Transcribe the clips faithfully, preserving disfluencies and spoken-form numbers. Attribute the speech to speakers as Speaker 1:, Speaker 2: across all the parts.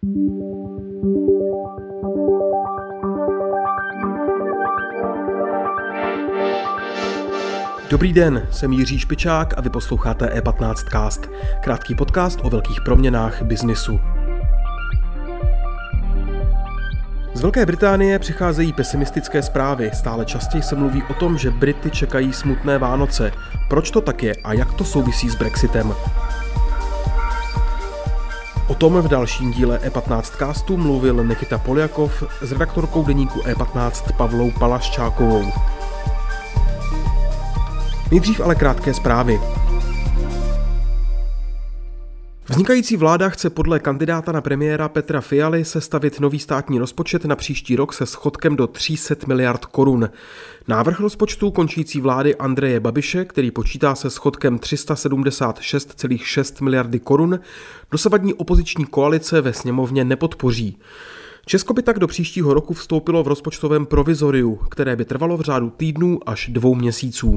Speaker 1: Dobrý den, jsem Jiří Špičák a vy posloucháte E patnáct Cast, krátký podcast o velkých proměnách biznisu. Z Velké Británie přicházejí pesimistické zprávy. Stále častěji se mluví o tom, že Brity čekají smutné Vánoce. Proč to tak je a jak to souvisí s Brexitem? O tom v dalším díle E patnáct Castu mluvil Nikita Poljakov s redaktorkou deníku E patnáct Pavlou Palaščákovou. Nejdřív ale krátké zprávy. Vznikající vláda chce podle kandidáta na premiéra Petra Fialy sestavit nový státní rozpočet na příští rok se schodkem do tři sta miliard korun. Návrh rozpočtu končící vlády Andreje Babiše, který počítá se schodkem tři sta sedmdesát šest celá šest miliardy korun, dosavadní opoziční koalice ve sněmovně nepodpoří. Česko by tak do příštího roku vstoupilo v rozpočtovém provizoriu, které by trvalo v řádu týdnů až dvou měsíců.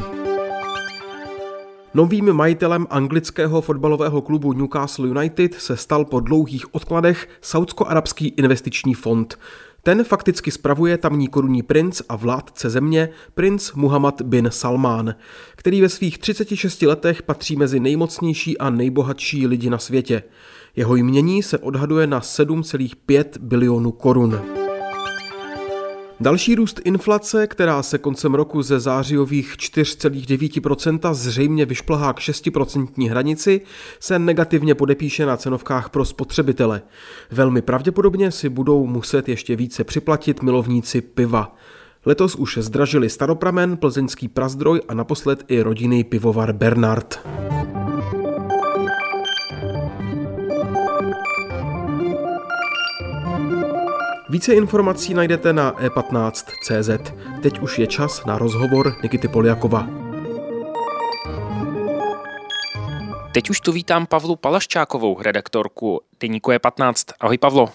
Speaker 1: Novým majitelem anglického fotbalového klubu Newcastle United se stal po dlouhých odkladech Saúdsko-arabský investiční fond. Ten fakticky spravuje tamní korunní princ a vládce země princ Muhammad bin Salmán, který ve svých třiceti šesti letech patří mezi nejmocnější a nejbohatší lidi na světě. Jeho jmění se odhaduje na sedm celá pět bilionů korun. Další růst inflace, která se koncem roku ze zářijových čtyři celá devět procenta zřejmě vyšplhá k šestiprocentní hranici, se negativně podepíše na cenovkách pro spotřebitele. Velmi pravděpodobně si budou muset ještě více připlatit milovníci piva. Letos už zdražili Staropramen, plzeňský Prazdroj a naposled i rodinný pivovar Bernard. Více informací najdete na e patnáct tečka cé zet. Teď už je čas na rozhovor Nikity Poljakova.
Speaker 2: Teď už tu vítám Pavlu Palaščákovou, redaktorku deníku E patnáct. Ahoj Pavlo.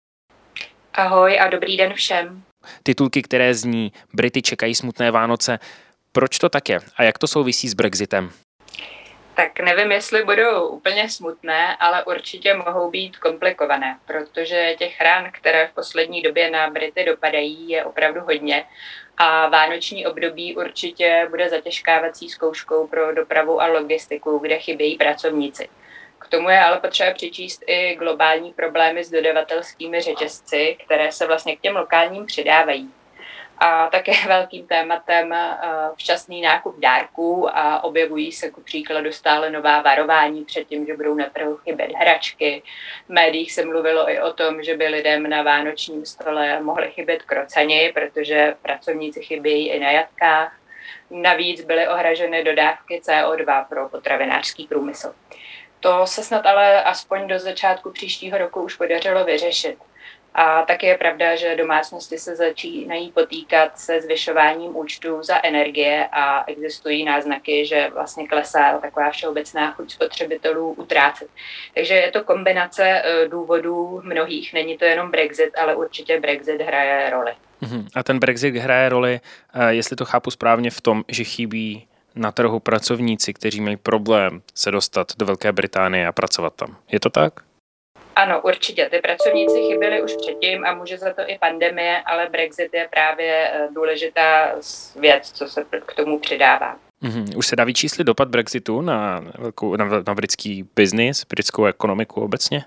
Speaker 3: Ahoj a dobrý den všem.
Speaker 2: Titulky, které zní Brity čekají smutné Vánoce. Proč to tak je a jak to souvisí s Brexitem?
Speaker 3: Tak nevím, jestli budou úplně smutné, ale určitě mohou být komplikované, protože těch rán, které v poslední době na Brity dopadají, je opravdu hodně a vánoční období určitě bude zatěžkávací zkouškou pro dopravu a logistiku, kde chybějí pracovníci. K tomu je ale potřeba přičíst i globální problémy s dodavatelskými řetězci, které se vlastně k těm lokálním přidávají. A také velkým tématem včasný nákup dárků a objevují se ku příkladu stále nová varování před tím, že budou na trhu chybět hračky. V médiích se mluvilo i o tom, že by lidem na vánočním stole mohly chybět krocani, protože pracovníci chybějí i na jatkách. Navíc byly ohroženy dodávky C O dva pro potravinářský průmysl. To se snad ale aspoň do začátku příštího roku už podařilo vyřešit. A taky je pravda, že domácnosti se začínají potýkat se zvyšováním účtů za energie a existují náznaky, že vlastně klesá taková všeobecná chuť spotřebitelů utrácet. Takže je to kombinace důvodů mnohých. Není to jenom Brexit, ale určitě Brexit hraje roli.
Speaker 2: A ten Brexit hraje roli, jestli to chápu správně, v tom, že chybí na trhu pracovníci, kteří mají problém se dostat do Velké Británie a pracovat tam. Je to tak?
Speaker 3: Ano, určitě. Ty pracovníci chyběli už předtím a může za to i pandemie, ale Brexit je právě důležitá věc, co se k tomu přidává.
Speaker 2: Mm-hmm. Už se dá vyčíslit dopad Brexitu na, velkou, na, na britský biznis, britskou ekonomiku obecně?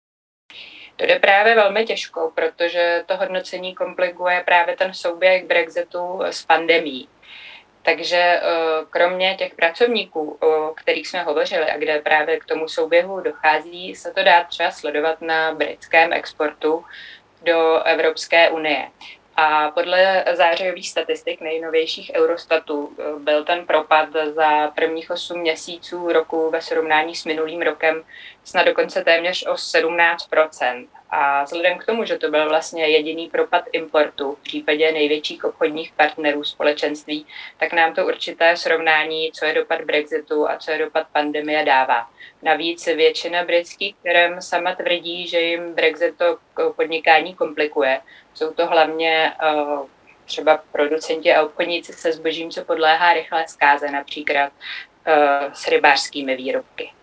Speaker 3: To jde právě velmi těžko, protože to hodnocení komplikuje právě ten souběh Brexitu s pandemií. Takže kromě těch pracovníků, o kterých jsme hovořili a kde právě k tomu souběhu dochází, se to dá třeba sledovat na britském exportu do Evropské unie. A podle zářijových statistik nejnovějších Eurostatu byl ten propad za prvních osm měsíců roku ve srovnání s minulým rokem snad dokonce téměř o sedmnáct procent. A vzhledem k tomu, že to byl vlastně jediný propad importu v případě největších obchodních partnerů společenství, tak nám to určité srovnání, co je dopad Brexitu a co je dopad pandemie, dává. Navíc většina britských firm sama tvrdí, že jim Brexit to podnikání komplikuje. Jsou to hlavně uh, třeba producenti a obchodníci se zbožím, co podléhá rychlé zkáze, například uh, s rybářskými výrobky.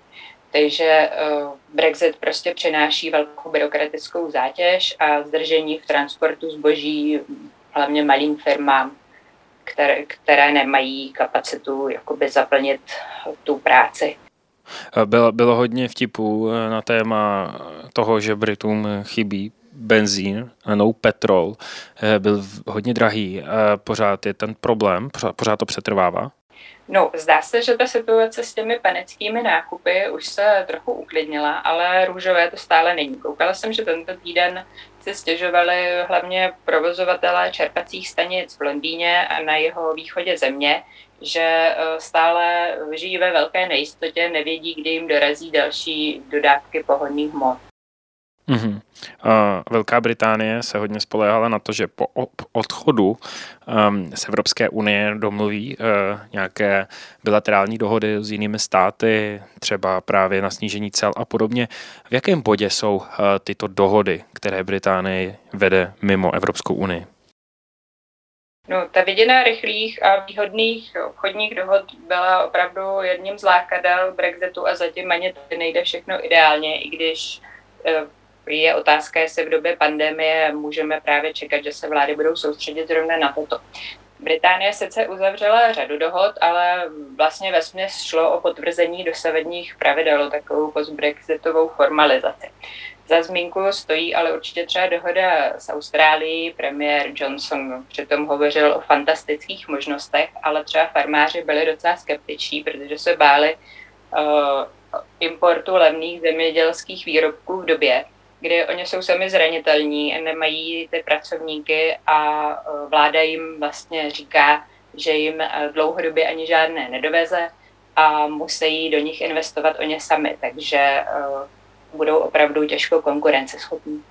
Speaker 3: Takže Brexit prostě přináší velkou byrokratickou zátěž a zdržení v transportu zboží hlavně malým firmám, které, které nemají kapacitu jakoby zaplnit tu práci.
Speaker 2: Bylo, bylo hodně vtipů na téma toho, že Britům chybí benzín, no petrol. Byl hodně drahý. Pořád je ten problém, pořád, pořád to přetrvává?
Speaker 3: No, zdá se, že ta situace s těmi panickými nákupy už se trochu uklidnila, ale růžové to stále není. Koukala jsem, že tento týden si stěžovali hlavně provozovatelé čerpacích stanic v Londýně a na jeho východě země, že stále žijí ve velké nejistotě, nevědí, kdy jim dorazí další dodávky pohonných hmot.
Speaker 2: Mm-hmm. Velká Británie se hodně spoléhala na to, že po odchodu um, z Evropské unie domluví uh, nějaké bilaterální dohody s jinými státy, třeba právě na snížení cel a podobně. V jakém bodě jsou uh, tyto dohody, které Británie vede mimo Evropskou unii?
Speaker 3: No, ta vidina rychlých a výhodných obchodních dohod byla opravdu jedním z lákadel Brexitu a zatím ani to nejde všechno ideálně, i když uh, je otázka, jestli v době pandemie můžeme právě čekat, že se vlády budou soustředit zrovna na toto. Británie sice uzavřela řadu dohod, ale vlastně vesměs šlo o potvrzení dosavadních pravidel, takovou postbrexitovou formalizaci. Za zmínku stojí ale určitě třeba dohoda s Austrálií. Premiér Johnson přitom hovořil o fantastických možnostech, ale třeba farmáři byli docela skeptičtí, protože se báli uh, importu levných zemědělských výrobků v době, kdy oni jsou sami zranitelní, nemají ty pracovníky a vláda jim vlastně říká, že jim dlouhodobě ani žádné nedoveze a musí do nich investovat oni sami, takže budou opravdu těžko konkurenceschopní.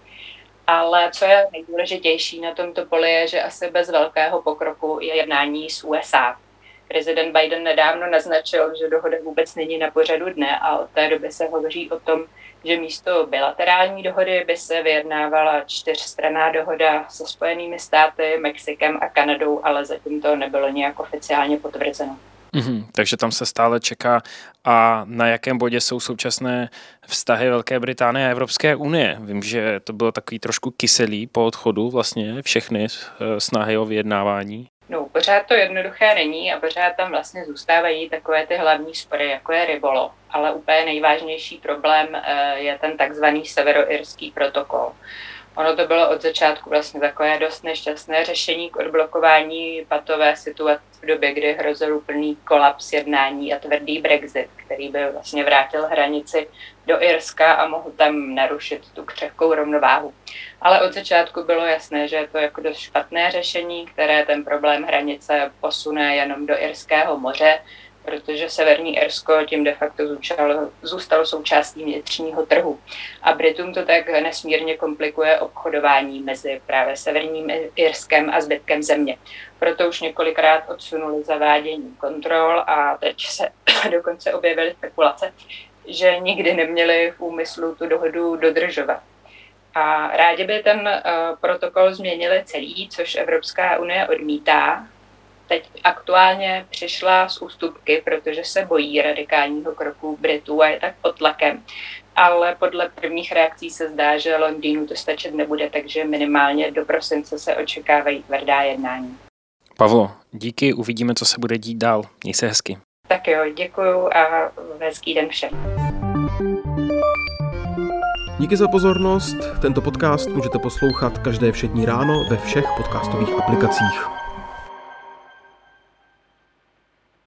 Speaker 3: Ale co je nejdůležitější na tomto poli je, že asi bez velkého pokroku je jednání s U S A. Prezident Biden nedávno naznačil, že dohoda vůbec není na pořadu dne a od té doby se hovoří o tom, že místo bilaterální dohody by se vyjednávala čtyřstranná dohoda se Spojenými státy, Mexikem a Kanadou, ale zatím to nebylo nějak oficiálně potvrzeno.
Speaker 2: Mm-hmm, takže tam se stále čeká. A na jakém bodě jsou současné vztahy Velké Británie a Evropské unie? Vím, že to bylo takový trošku kyselý po odchodu vlastně všechny snahy o vyjednávání.
Speaker 3: No, pořád to jednoduché není a pořád tam vlastně zůstávají takové ty hlavní spory, jako je rybolov. Ale úplně nejvážnější problém je ten takzvaný severoirský protokol. Ono to bylo od začátku vlastně takové dost nešťastné řešení k odblokování patové situace v době, kdy hrozil úplný kolaps jednání a tvrdý Brexit, který by vlastně vrátil hranici do Irska a mohl tam narušit tu křehkou rovnováhu. Ale od začátku bylo jasné, že je to jako dost špatné řešení, které ten problém hranice posune jenom do Irského moře, protože Severní Irsko tím de facto zůstalo, zůstalo součástí vnitřního trhu. A Britům to tak nesmírně komplikuje obchodování mezi právě Severním Irskem a zbytkem země. Proto už několikrát odsunuli zavádění kontrol a teď se dokonce objevily spekulace, že nikdy neměli v úmyslu tu dohodu dodržovat. A rádi by ten uh, protokol změnili celý, což Evropská unie odmítá. Teď aktuálně přišla z ústupky, protože se bojí radikálního kroku Britů a je tak pod tlakem. Ale podle prvních reakcí se zdá, že Londýnu to stačit nebude, takže minimálně do prosince se očekávají tvrdá jednání.
Speaker 2: Pavlo, díky, uvidíme, co se bude dít dál. Měj se hezky.
Speaker 3: Tak jo, děkuju a hezký den všem.
Speaker 1: Díky za pozornost. Tento podcast můžete poslouchat každé všední ráno ve všech podcastových aplikacích.